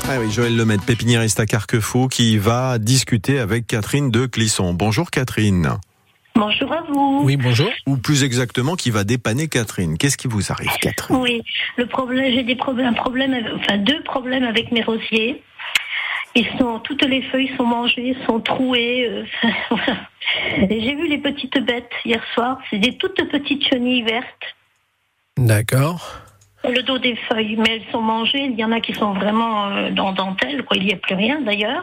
Ah oui, Joël Lemaitre, pépiniériste à Carquefou, qui va discuter avec Catherine de Clisson. Bonjour Catherine. Bonjour à vous. Oui, bonjour. Ou plus exactement, qui va dépanner Catherine. Qu'est-ce qui vous arrive, Catherine ? Oui, deux problèmes avec mes rosiers. Toutes les feuilles sont mangées, sont trouées. Et j'ai vu les petites bêtes hier soir. C'est des toutes petites chenilles vertes. D'accord. Le dos des feuilles, mais elles sont mangées. Il y en a qui sont vraiment dans dentelle, quoi. Il n'y a plus rien d'ailleurs.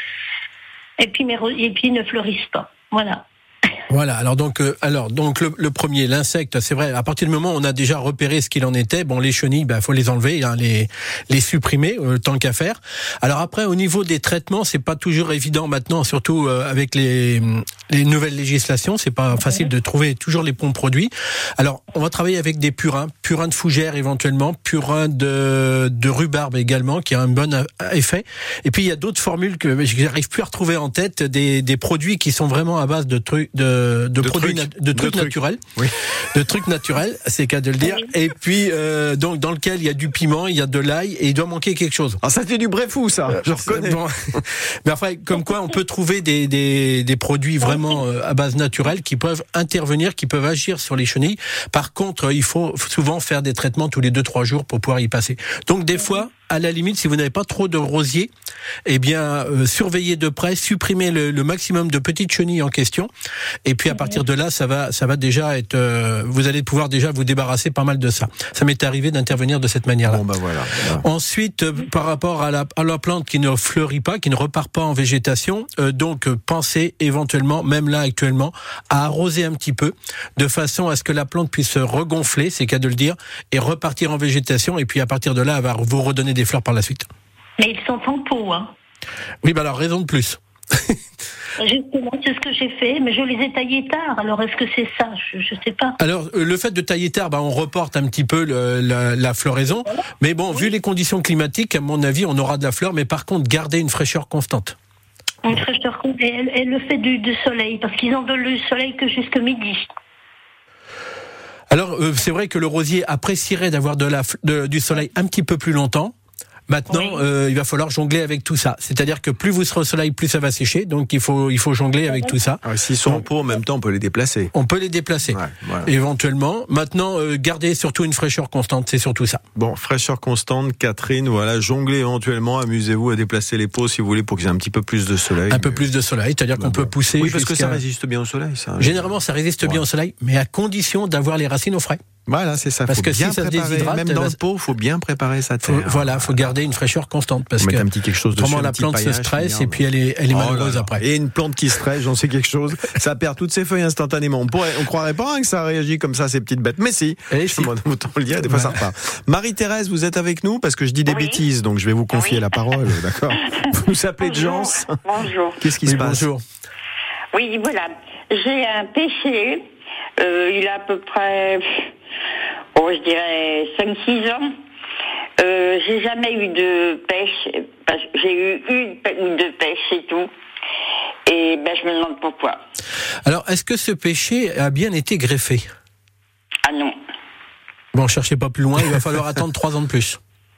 Et puis ils ne fleurissent pas. Voilà. Voilà. Alors donc le premier, l'insecte, c'est vrai. À partir du moment où on a déjà repéré ce qu'il en était, bon, les chenilles, faut les enlever, les supprimer, tant qu'à faire. Alors après, au niveau des traitements, c'est pas toujours évident maintenant, surtout avec les nouvelles législations. C'est pas facile de trouver toujours les bons produits. Alors, on va travailler avec des purins de fougère éventuellement, purin de rhubarbe également, qui a un bon effet. Et puis il y a d'autres formules que je n'arrive plus à retrouver en tête, des produits qui sont vraiment à base de trucs naturels. Oui. De trucs naturels, c'est le cas de le dire. Et puis donc dans lequel il y a du piment, il y a de l'ail et il doit manquer quelque chose. Ah, ça fait du Bréfou, ça. Je reconnais. Bon. Mais enfin, comme quoi on peut trouver des produits vraiment à base naturelle qui peuvent intervenir, qui peuvent agir sur les chenilles. Par contre, il faut souvent faire des traitements tous les 2-3 jours pour pouvoir y passer. Donc des fois, à la limite, si vous n'avez pas trop de rosiers, eh bien, surveillez de près, supprimez le maximum de petites chenilles en question, et puis à partir de là, ça va déjà être, vous allez pouvoir déjà vous débarrasser pas mal de ça. Ça m'est arrivé d'intervenir de cette manière-là. Bon, voilà. Ensuite, par rapport à la plante qui ne fleurit pas, qui ne repart pas en végétation, donc pensez éventuellement, même là actuellement, à arroser un petit peu, de façon à ce que la plante puisse se regonfler, c'est le cas de le dire, et repartir en végétation, et puis à partir de là, elle va vous redonner des fleurs par la suite. Mais ils sont en pot, hein. Oui, alors raison de plus. Justement, c'est ce que j'ai fait, mais je les ai taillés tard. Alors, est-ce que c'est ça ? Je sais pas. Alors, le fait de tailler tard, on reporte un petit peu la floraison. Mais bon, vu les conditions climatiques, à mon avis, on aura de la fleur. Mais par contre, gardez une fraîcheur constante. Une fraîcheur constante. Et le fait du soleil, parce qu'ils n'ont de le soleil que jusqu'à midi. Alors, c'est vrai que le rosier apprécierait d'avoir du soleil un petit peu plus longtemps. Maintenant, il va falloir jongler avec tout ça. C'est-à-dire que plus vous serez au soleil, plus ça va sécher. Donc, il faut jongler avec tout ça. Alors, s'ils sont en pot, en même temps, on peut les déplacer. On peut les déplacer, éventuellement. Maintenant, gardez surtout une fraîcheur constante. C'est surtout ça. Bon, fraîcheur constante, Catherine. Voilà, jonglez éventuellement. Amusez-vous à déplacer les pots, si vous voulez, pour qu'ils aient un petit peu plus de soleil. Un peu plus de soleil, c'est-à-dire qu'on peut pousser. Oui, parce que ça résiste bien au soleil, ça. Généralement, ça résiste bien au soleil, mais à condition d'avoir les racines au frais. Voilà, c'est ça. Parce que si ça se déshydrate, même dans le pot, il faut bien préparer sa terre. Faut garder une fraîcheur constante parce que un petit quelque chose dessus, la plante se stresse et puis elle est malheureuse après. Et une plante qui stresse, j'en sais quelque chose, ça perd toutes ses feuilles instantanément. On croirait pas que ça réagit comme ça, ces petites bêtes. Mais si. Autant le dire, des fois ça repart. Marie-Thérèse, vous êtes avec nous parce que je dis des bêtises, donc je vais vous confier la parole, d'accord ? Vous appelez de Jance. Bonjour. Qu'est-ce qui se passe ? Bonjour. Oui, voilà. J'ai un pêcher. Il a à peu près, je dirais 5-6 ans. J'ai jamais eu de pêche. J'ai eu une ou deux pêches, c'est tout. Et je me demande pourquoi. Alors, est-ce que ce pêcher a bien été greffé ? Ah non. Bon, cherchez pas plus loin, il va falloir attendre 3 ans de plus.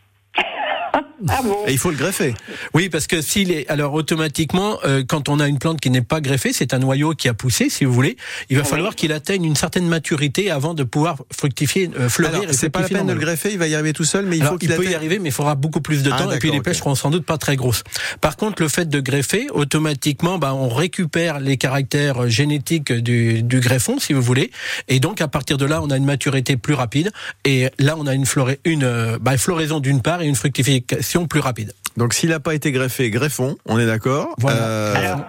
Ah bon. Et il faut le greffer. Oui, parce que alors automatiquement, quand on a une plante qui n'est pas greffée, c'est un noyau qui a poussé, si vous voulez. Il va falloir qu'il atteigne une certaine maturité avant de pouvoir fructifier, fleurir. Alors, c'est pas la peine de le greffer, il va y arriver tout seul, mais il peut y arriver, mais il faudra beaucoup plus de temps, et puis les pêches seront sans doute pas très grosses. Par contre, le fait de greffer, automatiquement, on récupère les caractères génétiques du greffon, si vous voulez, et donc à partir de là, on a une maturité plus rapide, et là, on a une floraison d'une part et une fructification plus rapide. Donc s'il n'a pas été greffé, greffons, on est d'accord. Comment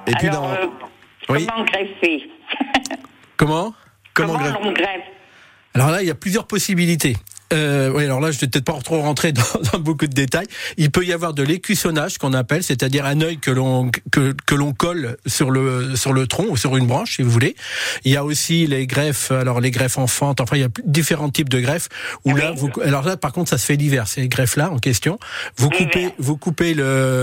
greffer Comment on greffe? Alors là, il y a plusieurs possibilités. Alors là, je vais peut-être pas trop rentrer dans beaucoup de détails. Il peut y avoir de l'écussonnage qu'on appelle, c'est-à-dire un œil que l'on colle sur le tronc ou sur une branche, si vous voulez. Il y a aussi les greffes, les greffes enfantes. Enfin, il y a différents types de greffes. Alors là, par contre, ça se fait l'hiver. Ces greffes-là en question, vous coupez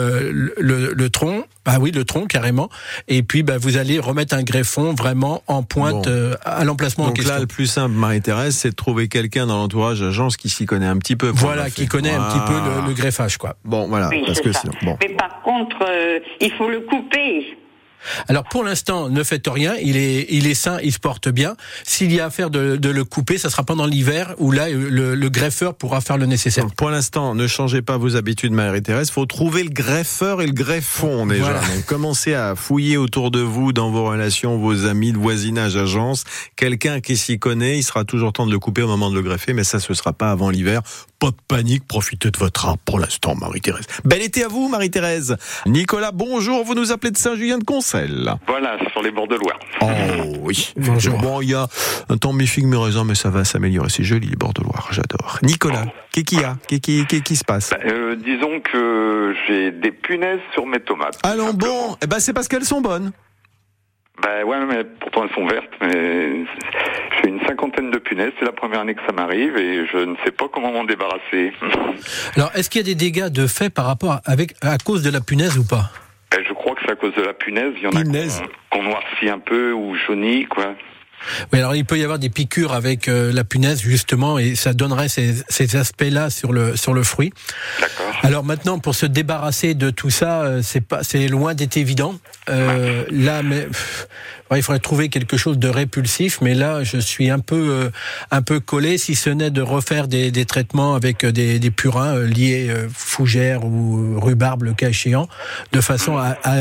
le tronc. Le tronc carrément. Et puis, vous allez remettre un greffon vraiment en pointe à l'emplacement en question. Donc là, le plus simple, Marie-Thérèse, c'est de trouver quelqu'un dans l'entourage. agence qui s'y connaît un petit peu. Voilà, qui connaît un petit peu le greffage, quoi. Bon, voilà, Oui, parce que sinon, bon. Mais par contre, il faut le couper. Alors pour l'instant, ne faites rien, il est sain, il se porte bien. S'il y a affaire de le couper, ça sera pendant l'hiver où là le greffeur pourra faire le nécessaire. Donc, pour l'instant, ne changez pas vos habitudes, Marie-Thérèse. Faut trouver le greffeur et le greffon déjà. Voilà. Donc commencez à fouiller autour de vous, dans vos relations, vos amis, le voisinage, agence. Quelqu'un qui s'y connaît, il sera toujours temps de le couper au moment de le greffer, mais ça, ce sera pas avant l'hiver. Pas de panique, profitez de votre art pour l'instant, Marie-Thérèse. Bel été à vous, Marie-Thérèse. Nicolas, bonjour, vous nous appelez de Saint-Julien-de-Concelles. Voilà, sur les bords de Loire. Oh oui. Bonjour. Bon, il y a un temps mi-figue, mi-raisin, mais ça va s'améliorer. C'est joli, les bords de Loire, j'adore. Nicolas, qu'est-ce qu'il y a ? Qu'est-ce qui se passe ? Disons que j'ai des punaises sur mes tomates. Allons bon, c'est parce qu'elles sont bonnes. Ouais, mais pourtant elles sont vertes, mais j'ai une 50aine de punaises, c'est la première année que ça m'arrive et je ne sais pas comment m'en débarrasser. Alors, est-ce qu'il y a des dégâts de fait par rapport à cause de la punaise ou pas ? Je crois que c'est à cause de la punaise, il y en a qu'on noircit un peu ou jaunit, quoi. Oui, alors il peut y avoir des piqûres avec la punaise justement et ça donnerait ces aspects-là sur le fruit. D'accord. Alors maintenant, pour se débarrasser de tout ça, c'est loin d'être évident. Là, mais il faudrait trouver quelque chose de répulsif. Mais là, je suis un peu collé, si ce n'est de refaire des traitements avec des purins liés fougères ou rhubarbe, le cas échéant, de façon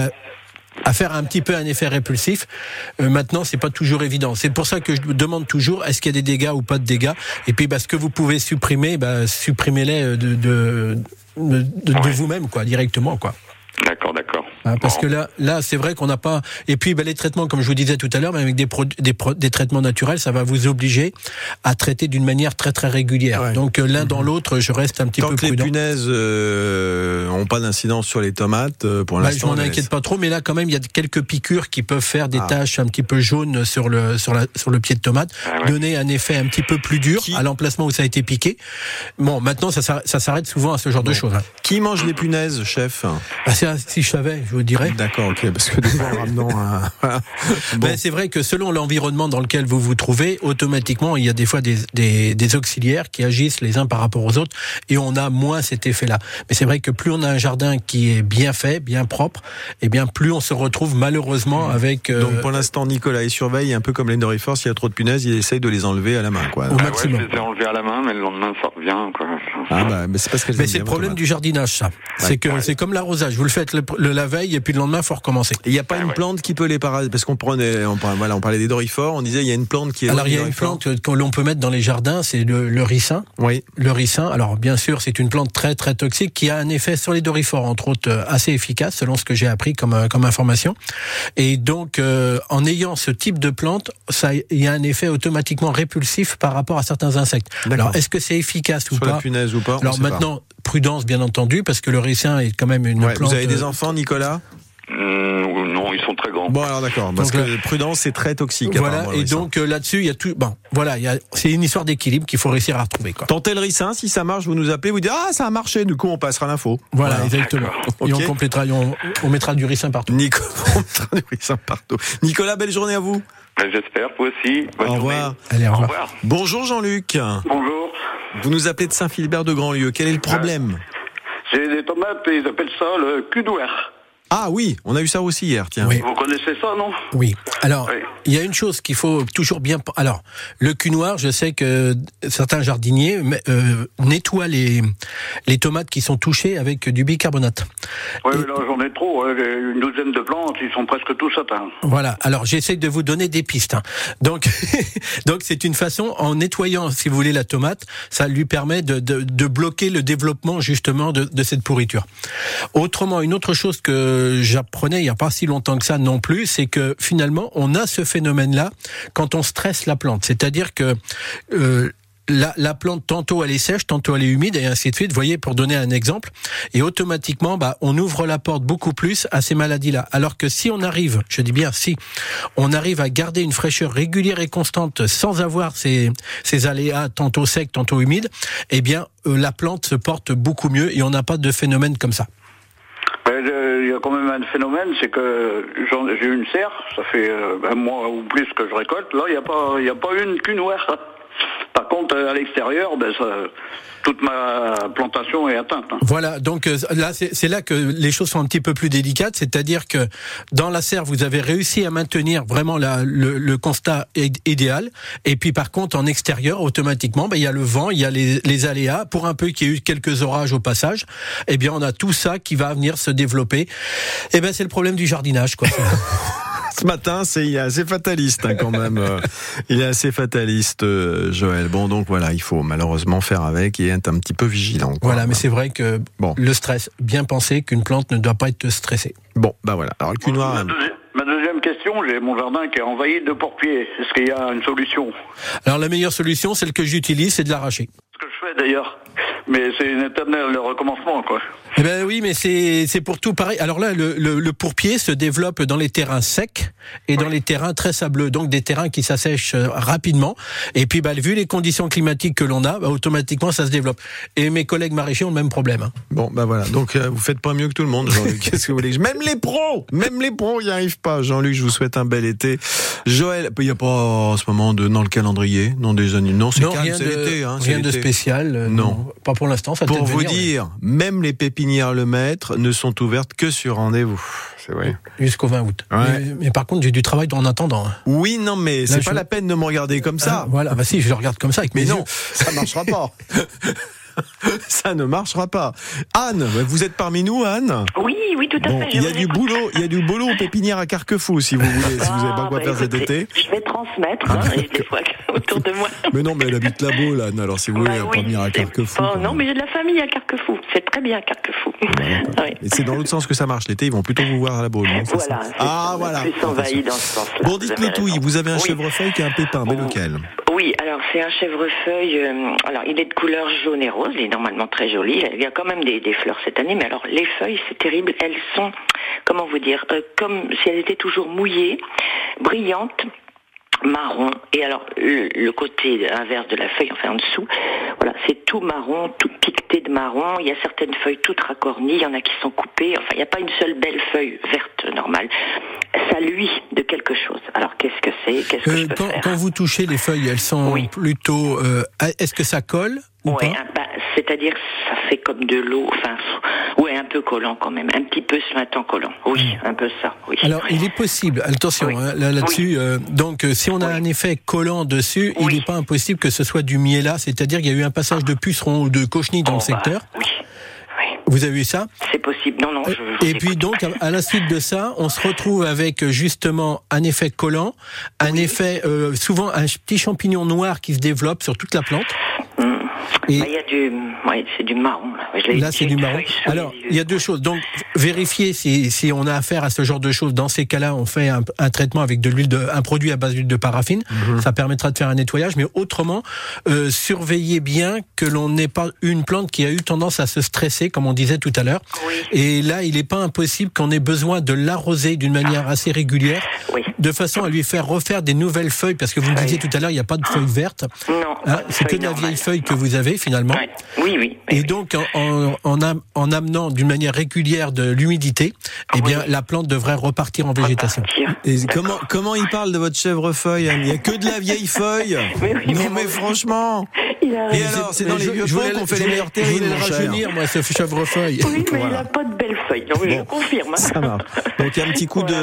à faire un petit peu un effet répulsif. Maintenant, c'est pas toujours évident. C'est pour ça que je demande toujours est-ce qu'il y a des dégâts ou pas de dégâts. Et puis, ce que vous pouvez supprimer, supprimez-les de vous-même, quoi, directement, quoi. D'accord. Parce que là, c'est vrai qu'on n'a pas. Et puis, les traitements, comme je vous disais tout à l'heure, mais avec des traitements naturels, ça va vous obliger à traiter d'une manière très très régulière. Ouais. Donc l'un dans l'autre, je reste un petit peu prudent. Tant que les punaises n'ont pas d'incidence sur les tomates, pour l'instant. Je m'en inquiète pas trop, mais là, quand même, il y a quelques piqûres qui peuvent faire des taches un petit peu jaunes sur le pied de tomate, donner un effet un petit peu plus dur à l'emplacement où ça a été piqué. Bon, maintenant, ça s'arrête souvent à ce genre de choses. Hein. Qui mange les punaises, chef ? Si je savais, je vous dirais. D'accord, ok, parce que des fois, ramenant c'est vrai que selon l'environnement dans lequel vous vous trouvez, automatiquement, il y a des fois des auxiliaires qui agissent les uns par rapport aux autres, et on a moins cet effet-là. Mais c'est vrai que plus on a un jardin qui est bien fait, bien propre, et bien plus on se retrouve malheureusement avec. Donc pour l'instant, Nicolas, il surveille un peu comme l'Endorifor. S'il y a trop de punaises, il essaye de les enlever à la main, quoi. Au maximum. Je les ai enlevées à la main, mais le lendemain, ça revient, quoi. Mais c'est parce qu'elles. Mais c'est le problème du jardinage, ça. C'est comme l'arrosage. Vous le faites la veille, et puis le lendemain, il faut recommencer. Il n'y a pas une plante qui peut les parasiter, parce on parlait des dorifores, on disait il y a une plante qui est. Alors il y a une plante que l'on peut mettre dans les jardins, c'est le ricin. Oui. Le ricin. Alors bien sûr, c'est une plante très très toxique qui a un effet sur les dorifores, entre autres assez efficace, selon ce que j'ai appris comme information. Et donc en ayant ce type de plante, il y a un effet automatiquement répulsif par rapport à certains insectes. D'accord. Alors est-ce que c'est efficace ou sur pas ? La punaise ou pas ? Alors maintenant, prudence bien entendu, parce que le ricin est quand même une plante. Vous avez des enfants, Nicolas ? Non, ils sont très grands. Bon, alors d'accord, parce que prudence, c'est très toxique. Voilà, et donc là-dessus, il y a tout. Bon, voilà, c'est une histoire d'équilibre qu'il faut réussir à retrouver, quoi. Tentez le ricin, si ça marche, vous nous appelez, vous dites ça a marché, du coup on passera l'info. Voilà. Exactement. Okay. Et on complétera, on mettra du ricin partout. On mettra du ricin partout. Nicolas, belle journée à vous. J'espère, vous aussi. Bonne au revoir. Journée. Allez, au revoir. Bonjour Jean-Luc. Bonjour. Vous nous appelez de Saint-Philbert de Grandlieu. Quel est le problème ? J'ai des tomates, ils appellent ça le cul d'ouer. Ah oui, on a eu ça aussi hier, tiens. Oui. Vous connaissez ça, non ? Oui. Alors, il y a une chose qu'il faut toujours bien... Alors, le cul noir, je sais que certains jardiniers nettoient les tomates qui sont touchées avec du bicarbonate. Oui, mais là, j'en ai trop. Une douzaine de plantes, ils sont presque tous atteints. Voilà. Alors, j'essaie de vous donner des pistes. Donc c'est une façon, en nettoyant, si vous voulez, la tomate, ça lui permet de bloquer le développement, justement, de cette pourriture. Autrement, une autre chose que j'apprenais il n'y a pas si longtemps que ça non plus, c'est que finalement on a ce phénomène-là quand on stresse la plante. C'est-à-dire que la plante, tantôt elle est sèche, tantôt elle est humide et ainsi de suite, vous voyez, pour donner un exemple, et automatiquement on ouvre la porte beaucoup plus à ces maladies-là. Alors que si on arrive, je dis bien si, on arrive à garder une fraîcheur régulière et constante sans avoir ces aléas tantôt secs, tantôt humides, eh bien la plante se porte beaucoup mieux et on n'a pas de phénomène comme ça. Il y a quand même un phénomène, c'est que j'ai une serre, ça fait un mois ou plus que je récolte. Là, il n'y a pas une cul noire. Par contre, plante à l'extérieur, toute ma plantation est atteinte. Voilà, donc là, c'est là que les choses sont un petit peu plus délicates, c'est-à-dire que dans la serre, vous avez réussi à maintenir vraiment le constat idéal, et puis par contre, en extérieur, automatiquement, il y a le vent, il y a les aléas, pour un peu qu'il y ait eu quelques orages au passage, eh bien, on a tout ça qui va venir se développer. Eh ben, c'est le problème du jardinage, quoi. Ce matin, il est assez fataliste quand même. Il est assez fataliste, Joël. Bon, donc voilà, il faut malheureusement faire avec et être un petit peu vigilant. Voilà, mais c'est vrai que le stress, bien penser qu'une plante ne doit pas être stressée. Bon, voilà. Alors le cul noir. Ma deuxième question, j'ai mon jardin qui est envahi de pourpiers. Est-ce qu'il y a une solution ? Alors la meilleure solution, celle que j'utilise, c'est de l'arracher. Ce que je fais d'ailleurs. Mais c'est un éternel recommencement, quoi. Eh ben oui, mais c'est pour tout pareil. Alors là, le pourpier se développe dans les terrains secs et dans les terrains très sableux, donc des terrains qui s'assèchent rapidement. Et puis, vu les conditions climatiques que l'on a, automatiquement, ça se développe. Et mes collègues maraîchers ont le même problème. Hein. Bon, voilà. Donc, vous faites pas mieux que tout le monde, Jean-Luc. Qu'est-ce que vous voulez ? Même les pros, n'y arrivent pas. Jean-Luc, je vous souhaite un bel été. Joël, il n'y a pas en ce moment dans le calendrier, des années. Non, c'est calme, c'est l'été. Hein, rien de spécial. Non, pas pour l'instant. Ça pour vous dire, même les pépinières Le Maître ne sont ouvertes que sur rendez-vous. C'est vrai. Jusqu'au 20 août. Ouais. Mais par contre, j'ai du travail en attendant. Oui, non, mais c'est pas la peine de me regarder comme ça. Voilà, si, je le regarde comme ça avec mes yeux. Mais non, ça marchera pas. Ça ne marchera pas. Anne, vous êtes parmi nous, Anne ? Oui, tout à fait. Il y a du boulot aux pépinières à Carquefou, si vous voulez, si vous n'avez pas quoi faire cet été. Je vais transmettre, des fois, autour de moi. Mais non, mais elle habite là-bas, Anne, alors si vous voulez pas venir à Carquefou. Non, mais j'ai de la famille à Carquefou. C'est très bien, Carquefou. Voilà. Et c'est dans l'autre sens que ça marche. L'été, ils vont plutôt vous voir à la Baule. Voilà. Voilà. Plus envahi dans ce sens-là. Bon, dites-nous tout. Vous avez un chèvrefeuille qui a un pépin, mais lequel ? Oui, alors c'est un chèvrefeuille, alors il est de couleur jaune et rose, il est normalement très joli, il y a quand même des fleurs cette année, mais alors les feuilles, c'est terrible, elles sont, comment vous dire, comme si elles étaient toujours mouillées, brillantes, marron, et alors le côté inverse de la feuille, enfin en dessous, voilà, c'est tout marron, tout piqueté de marron, il y a certaines feuilles toutes racornies, il y en a qui sont coupées, enfin il n'y a pas une seule belle feuille verte normale. Ça luit de quelque chose. Alors qu'est-ce que c'est ? Qu'est-ce que je peux faire ? Quand vous touchez les feuilles, elles sont plutôt... est-ce que ça colle ou pas ? C'est-à-dire ça fait comme de l'eau, un peu collant quand même, un petit peu ce matin collant. Oui, un peu ça. Oui. Alors il est possible, attention là-dessus, donc si on a un effet collant dessus, il n'est pas impossible que ce soit du miella, c'est-à-dire qu'il y a eu un passage de puceron ou de cochenille dans le secteur. Vous avez vu ça ? C'est possible. Non. Et puis donc, à la suite de ça, on se retrouve avec justement un effet collant, un effet, souvent un petit champignon noir qui se développe sur toute la plante. Et il y a c'est du marron. Là, c'est du marron. Alors, il y a deux choses. Donc, vérifier si on a affaire à ce genre de choses. Dans ces cas-là, on fait un traitement avec un produit à base d'huile de paraffine. Ça permettra de faire un nettoyage. Mais autrement, surveillez bien que l'on n'ait pas une plante qui a eu tendance à se stresser, comme on disait tout à l'heure. Oui. Et là, il n'est pas impossible qu'on ait besoin de l'arroser d'une manière assez régulière, de façon à lui faire refaire des nouvelles feuilles. Parce que vous me disiez tout à l'heure, il n'y a pas de feuilles vertes. Non. C'est que de la vieille feuille que vous avez finalement. Oui. Et donc, en amenant d'une manière régulière de l'humidité, eh bien, la plante devrait repartir en végétation. Et comment il parle de votre chèvrefeuille, Anne ? Il n'y a que de la vieille feuille. Mais franchement. Et alors, c'est dans les vieux pots qu'on fait les meilleures terrines, mon cher. Je voulais le rajeunir, moi, ce chèvrefeuille. Oui, mais il n'a pas de belles feuilles. Non, je confirme. Ça marche. Donc, il y a un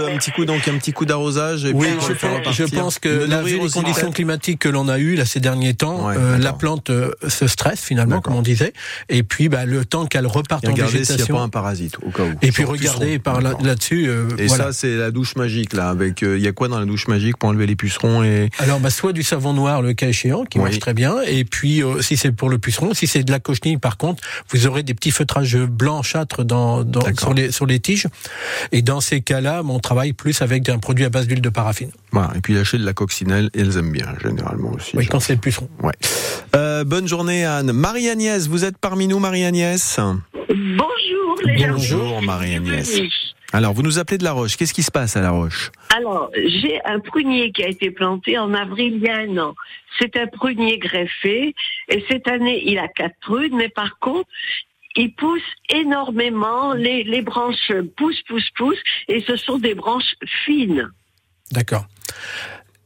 petit coup d'arrosage. Et oui, je pense que vu les conditions climatiques que l'on a eues là ces derniers temps, la plante se stresse finalement, comme on disait. Et puis, le temps qu'elle reparte en végétation. Regardez s'il n'y a pas un parasite, au cas où. Et puis, regardez là-dessus. Et ça, c'est la douche magique, là. Il y a quoi dans la douche magique pour enlever les pucerons et... Alors, soit du savon noir, le cas échéant, qui marche très bien. Et puis, si c'est pour le puceron, si c'est de la cochenille, par contre, vous aurez des petits feutrages blanchâtres sur les tiges. Et dans ces cas-là, on travaille plus avec un produit à base d'huile de paraffine. Voilà. Et puis, lâcher de la coccinelle, et elles aiment bien, généralement aussi. Oui, quand c'est le puceron. Ouais. Bonne journée, Anne. Marie-Agnès, vous êtes parmi nous, Marie-Agnès ? Bonjour, les gens. Bonjour, Marie-Agnès. Alors, vous nous appelez de La Roche. Qu'est-ce qui se passe à La Roche ? Alors, j'ai un prunier qui a été planté en avril il y a un an. C'est un prunier greffé. Et cette année, il a 4 prunes. Mais par contre, il pousse énormément. Les branches poussent. Et ce sont des branches fines. D'accord.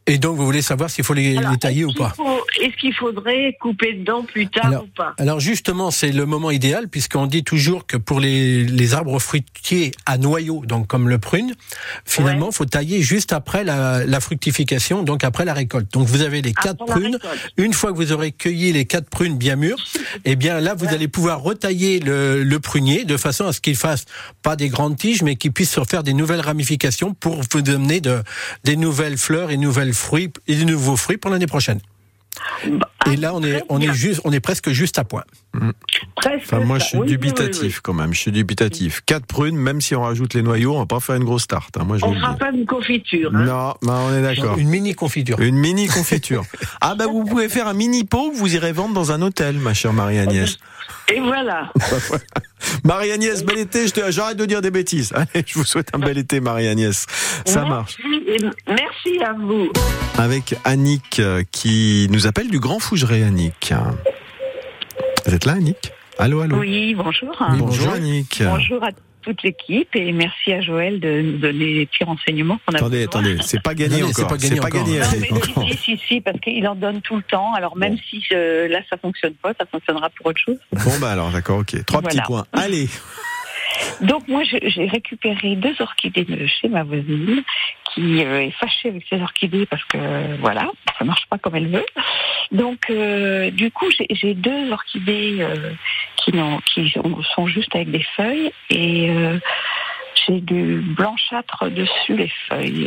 Et donc, vous voulez savoir s'il faut les tailler ou pas? Est-ce qu'il faudrait couper dedans plus tard ou pas? Alors justement, c'est le moment idéal, puisqu'on dit toujours que pour les arbres fruitiers à noyaux, donc comme le prune, finalement, il faut tailler juste après la fructification, donc après la récolte. Donc vous avez les 4 prunes. Une fois que vous aurez cueilli les 4 prunes bien mûres, eh bien là, vous allez pouvoir retailler le prunier de façon à ce qu'il fasse pas des grandes tiges, mais qu'il puisse se faire des nouvelles ramifications pour vous donner des nouvelles fleurs et des nouveaux fruits pour l'année prochaine. Et là, on est presque juste à point. Moi, je suis dubitatif quand même. Je suis dubitatif. 4 prunes, même si on rajoute les noyaux, on va pas faire une grosse tarte. Moi, on fera pas une confiture. Hein. Non, on est d'accord. Une mini confiture. Une mini confiture. Vous pouvez faire un mini pot que vous irez vendre dans un hôtel, ma chère Marie-Agnès. Et voilà. Marie-Agnès, bel été. J'arrête de dire des bêtises. Allez, je vous souhaite un bel été, Marie-Agnès. Ça marche. Merci à vous. Avec Annick qui nous appelle du Grand Fougeray, Annick. Vous êtes là, Annick? Allô? Oui, bonjour. Oui, bonjour, Annick. Bonjour à toute l'équipe et merci à Joël de nous donner les petits renseignements qu'on a. Attendez, c'est pas gagné encore. C'est pas gagné. Non, mais si, parce qu'il en donne tout le temps. Alors même si là ça fonctionne pas, ça fonctionnera pour autre chose. Bon alors d'accord, ok. 3 petits points. Allez. Donc moi j'ai récupéré 2 orchidées de chez ma voisine qui est fâchée avec ses orchidées parce que ça marche pas comme elle veut. Donc du coup j'ai 2 orchidées qui sont juste avec des feuilles et j'ai du blanchâtre dessus les feuilles.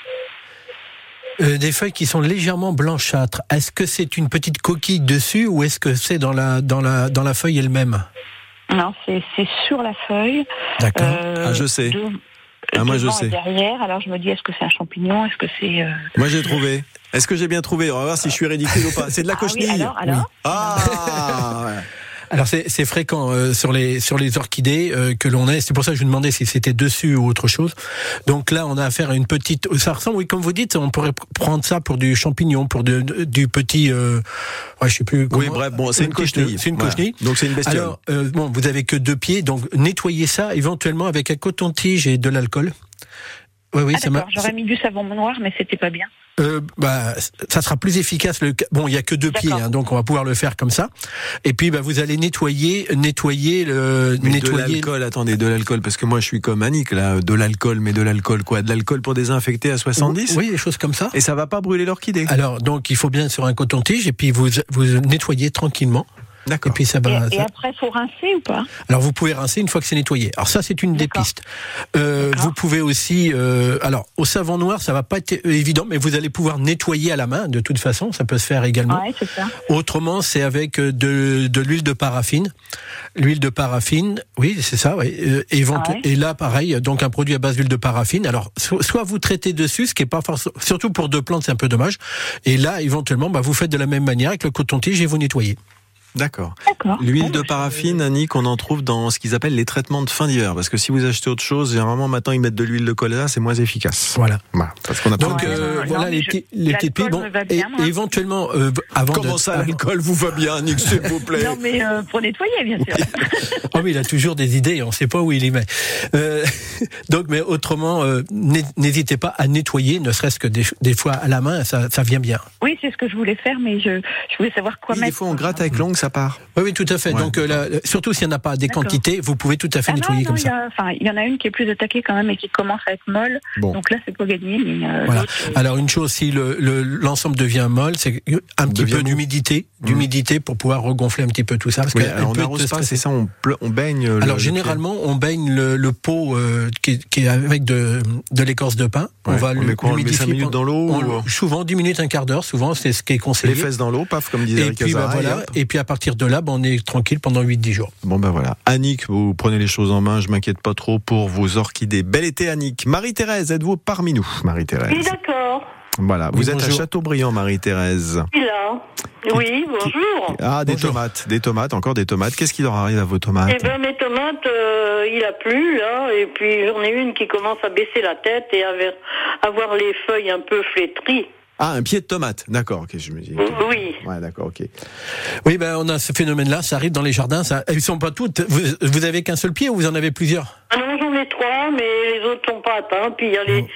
Des feuilles qui sont légèrement blanchâtres. Est-ce que c'est une petite coquille dessus ou est-ce que c'est dans la feuille elle-même? Non, c'est sur la feuille. D'accord. Je sais. Moi je sais. Derrière, alors je me dis, est-ce que c'est un champignon? Est-ce que c'est... Moi j'ai trouvé. Est-ce que j'ai bien trouvé? On va voir si je suis ridicule ou pas. C'est de la cochenille. Oui, alors ouais. Alors c'est fréquent sur les orchidées que l'on ait. C'est pour ça que je vous demandais si c'était dessus ou autre chose. Donc là, on a affaire à une petite. Ça ressemble, oui, comme vous dites, on pourrait prendre ça pour du champignon, pour du petit. Je sais plus. Oui, bref, c'est une cochenille. C'est une cochenille. Donc c'est une bestiole. Alors vous avez que 2 pieds, donc nettoyez ça éventuellement avec un coton-tige et de l'alcool. Oui, ça d'accord. J'aurais mis du savon noir, mais c'était pas bien. Ça sera plus efficace. Il y a que 2 pieds, donc on va pouvoir le faire comme ça. Et puis, vous allez nettoyer de l'alcool. Attendez, de l'alcool, parce que moi, je suis comme Annick là. De l'alcool, mais de l'alcool quoi? De l'alcool pour désinfecter à 70? Oui, des choses comme ça. Et ça va pas brûler l'orchidée? Alors, donc, il faut bien sur un coton-tige, et puis vous nettoyez tranquillement. D'accord. Et puis ça va. Et après, faut rincer ou pas? Alors vous pouvez rincer une fois que c'est nettoyé. Alors ça, c'est une des pistes. Vous pouvez aussi. Alors au savon noir, ça va pas être évident, mais vous allez pouvoir nettoyer à la main. De toute façon, ça peut se faire également. Ouais, c'est ça. Autrement, c'est avec de l'huile de paraffine. L'huile de paraffine, oui, c'est ça. Oui. Et là, pareil. Donc un produit à base d'huile de paraffine. Alors soit vous traitez dessus, ce qui est pas forcément, surtout pour 2 plantes, c'est un peu dommage. Et là, éventuellement, vous faites de la même manière avec le coton-tige et vous nettoyez. D'accord. L'huile de paraffine, Annick, on en trouve dans ce qu'ils appellent les traitements de fin d'hiver. Parce que si vous achetez autre chose, généralement maintenant ils mettent de l'huile de colza, c'est moins efficace. Voilà. Parce qu'on a donc voilà les petites pistes. Bon, et éventuellement, avant Comment ça, l'alcool vous va bien, Annick, s'il vous plaît? Non, mais pour nettoyer, bien sûr. Oh, mais il a toujours des idées, on ne sait pas où il les met. Donc, mais autrement, n'hésitez pas à nettoyer, ne serait-ce que des fois à la main, ça vient bien. Oui, c'est ce que je voulais faire, mais je voulais savoir quoi mettre. Des fois, on gratte avec l'ongle, ça part. Oui, tout à fait. Ouais, donc, surtout s'il n'y en a pas des quantités, vous pouvez tout à fait nettoyer comme ça. Il y en a une qui est plus attaquée quand même et qui commence à être molle. Bon. Donc là, c'est pas gagné. Mais voilà. Alors, une chose, si l'ensemble devient molle, c'est un petit peu d'humidité pour pouvoir regonfler un petit peu tout ça. Parce on n'arrose pas, c'est ça, on baigne. Alors, généralement, on baigne le pot qui est avec de l'écorce de pin. On va le met 5 minutes dans l'eau. Souvent 10 minutes, un quart d'heure. Souvent, c'est ce qui est conseillé. Les fesses dans l'eau, paf, comme disait Eric Azara. Et puis à partir de là, on est tranquille pendant 8-10 jours. Bon voilà. Annick, vous prenez les choses en main, je m'inquiète pas trop pour vos orchidées. Bel été, Annick. Marie-Thérèse, êtes-vous parmi nous, Marie-Thérèse? Oui, d'accord. Voilà, vous êtes à Châteaubriand, Marie-Thérèse. Là. Oui, bonjour. Des tomates, encore des tomates. Qu'est-ce qui leur arrive à vos tomates? Eh bien, mes tomates, il a plu, là, et puis j'en ai une qui commence à baisser la tête et à avoir les feuilles un peu flétries. Ah, un pied de tomate, d'accord, ok, je me dis. Oui. Ouais, d'accord, ok. Oui, on a ce phénomène-là, ça arrive dans les jardins, elles sont pas toutes. Vous avez qu'un seul pied ou vous en avez plusieurs? Ah non, j'en ai 3, mais les autres sont pas atteints. Puis il y a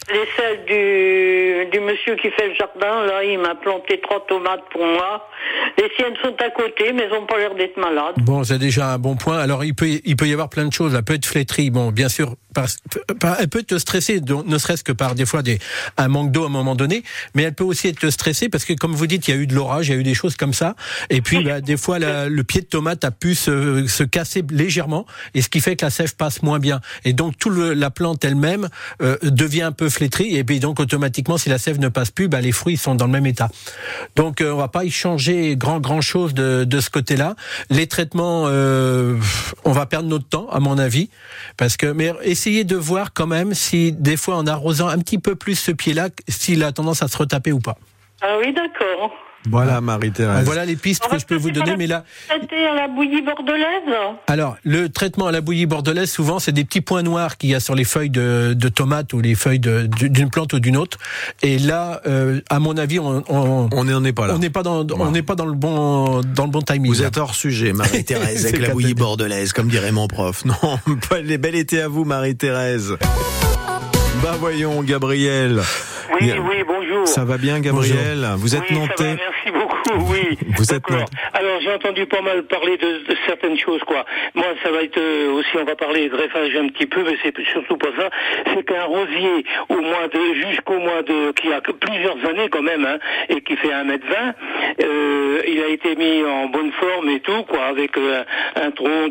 Les celles du monsieur qui fait le jardin, là, il m'a planté 3 tomates pour moi. Les siennes sont à côté, mais elles n'ont pas l'air d'être malades. Bon, c'est déjà un bon point. Alors, il peut y avoir plein de choses. Elle peut être flétrie. Bon, bien sûr, elle peut te stresser, ne serait-ce que par des fois un manque d'eau à un moment donné, mais elle peut aussi être stressée parce que, comme vous dites, il y a eu de l'orage, il y a eu des choses comme ça. Et puis, des fois, le pied de tomate a pu se casser légèrement, et ce qui fait que la sève passe moins bien. Et donc, la plante elle-même devient un peu flétrie, et puis donc, automatiquement, si la sève ne passe plus, les fruits sont dans le même état. Donc, on va pas y changer grand chose de ce côté-là. Les traitements, on va perdre notre temps, à mon avis, mais essayez de voir quand même si, des fois, en arrosant un petit peu plus ce pied-là, s'il a tendance à se retaper ou pas. Ah oui, d'accord. Voilà, Marie-Thérèse. Voilà les pistes que je peux vous donner, mais là... Traité à la bouillie bordelaise ? Alors, le traitement à la bouillie bordelaise, souvent, c'est des petits points noirs qu'il y a sur les feuilles de tomates ou les feuilles d'une plante ou d'une autre. Et là, à mon avis, on n'en est pas là. On n'est pas dans le bon timing. Vous êtes hors sujet, Marie-Thérèse, avec la bouillie bordelaise, comme dirait mon prof. Non, bel été à vous, Marie-Thérèse. Voyons, Gabriel. Oui, bonjour. Ça va bien, Gabriel? Bonjour. Vous êtes nantais? Ça va, merci beaucoup, oui. Vous êtes nantais. Alors, j'ai entendu pas mal parler de certaines choses, quoi. Moi, ça va être aussi, on va parler greffage un petit peu, mais c'est surtout pas ça. C'est qu'un rosier, jusqu'au mois de, qui a plusieurs années quand même, hein, et qui fait 1m20, il a été mis en bonne forme et tout, quoi, avec un tronc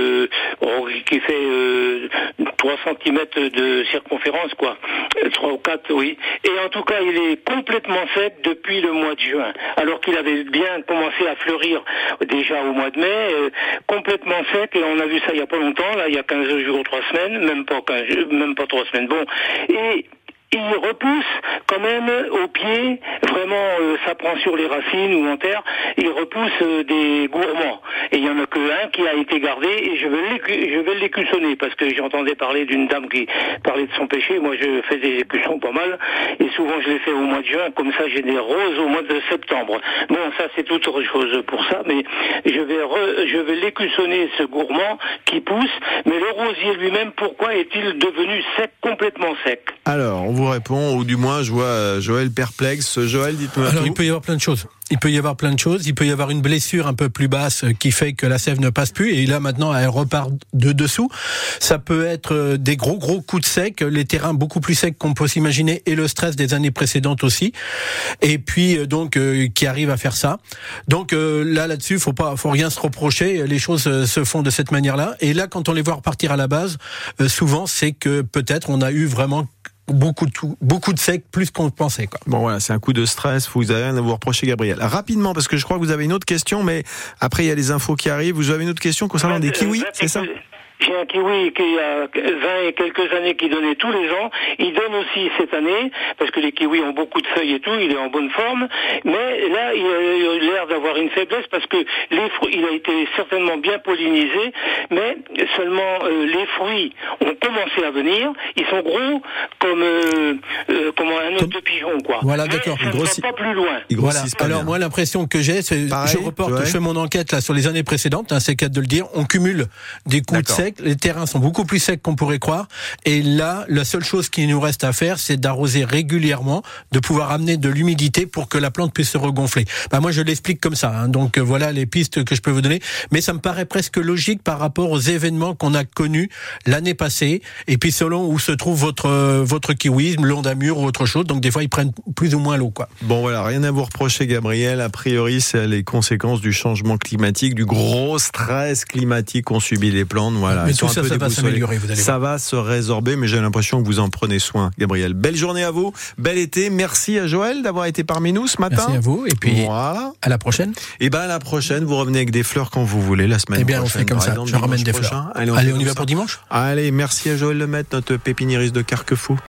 qui fait 3 cm de circonférence, quoi. 3 ou 4, oui. Et en tout cas, il est complètement sec depuis le mois de juin, alors qu'il avait bien commencé à fleurir déjà au mois de mai, complètement sec, et on a vu ça il y a pas longtemps, là, il y a 15 jours, 3 semaines, même pas 3 semaines, bon. Et il repousse quand même au pied, vraiment ça prend sur les racines ou en terre, il repousse des gourmands. Et il y en a qu'un qui a été gardé, et je vais l'écussonner, parce que j'entendais parler d'une dame qui parlait de son péché. Moi je fais des écussons pas mal, et souvent je les fais au mois de juin, comme ça j'ai des roses au mois de septembre. Bon, ça c'est toute autre chose pour ça, mais je vais l'écussonner, ce gourmand qui pousse. Mais le rosier lui-même, pourquoi est-il devenu sec, complètement sec? Alors, on vous répond, ou du moins je vois Joël perplexe. Joël, dites-moi. Alors, il peut y avoir plein de choses. Il peut y avoir une blessure un peu plus basse qui fait que la sève ne passe plus, et là maintenant elle repart de dessous. Ça peut être des gros coups de sec, les terrains beaucoup plus secs qu'on peut s'imaginer, et le stress des années précédentes aussi. Et puis qui arrive à faire ça. Donc là-dessus, faut rien se reprocher. Les choses se font de cette manière-là. Et là, quand on les voit repartir à la base, souvent c'est que peut-être on a eu vraiment beaucoup de sec, plus qu'on pensait, quoi. Bon, voilà, c'est un coup de stress. Vous avez rien à vous reprocher, Gabriel. Rapidement, parce que je crois que vous avez une autre question, mais après il y a les infos qui arrivent. Vous avez une autre question concernant des kiwis, c'est ça? J'ai un kiwi qui a 20 et quelques années qui donnait tous les ans. Il donne aussi cette année, parce que les kiwis ont beaucoup de feuilles et tout, il est en bonne forme. Mais là, il a l'air d'avoir une faiblesse, parce que les fruits, il a été certainement bien pollinisé, mais seulement les fruits ont commencé à venir. Ils sont gros comme un œuf de pigeon, quoi. Voilà, d'accord. Mais ça ne va pas plus loin. Voilà. Alors moi, l'impression que j'ai, c'est, pareil, je fais mon enquête là sur les années précédentes, c'est le cas de le dire. On cumule des coups de sec. Les terrains sont beaucoup plus secs qu'on pourrait croire. Et là, la seule chose qui nous reste à faire, c'est d'arroser régulièrement, de pouvoir amener de l'humidité pour que la plante puisse se regonfler. Moi, je l'explique comme ça. Donc voilà les pistes que je peux vous donner. Mais ça me paraît presque logique par rapport aux événements qu'on a connus l'année passée. Et puis selon où se trouve votre kiwi, le long d'un mur ou autre chose. Donc des fois, ils prennent plus ou moins l'eau, quoi. Bon, voilà, rien à vous reprocher, Gabriel. A priori, c'est les conséquences du changement climatique, du gros stress climatique qu'ont subi les plantes. Voilà. Mais tout ça va s'améliorer, vous allez voir. Ça va se résorber, mais j'ai l'impression que vous en prenez soin, Gabriel. Belle journée à vous, bel été. Merci à Joël d'avoir été parmi nous ce matin. Merci à vous, et puis voilà. À la prochaine. Et à la prochaine, vous revenez avec des fleurs quand vous voulez la semaine prochaine. On fait comme ça. Exemple, je ramène des fleurs. Allez, on y va pour dimanche. Allez, merci à Joël Lemaitre, notre pépiniériste de Carquefou.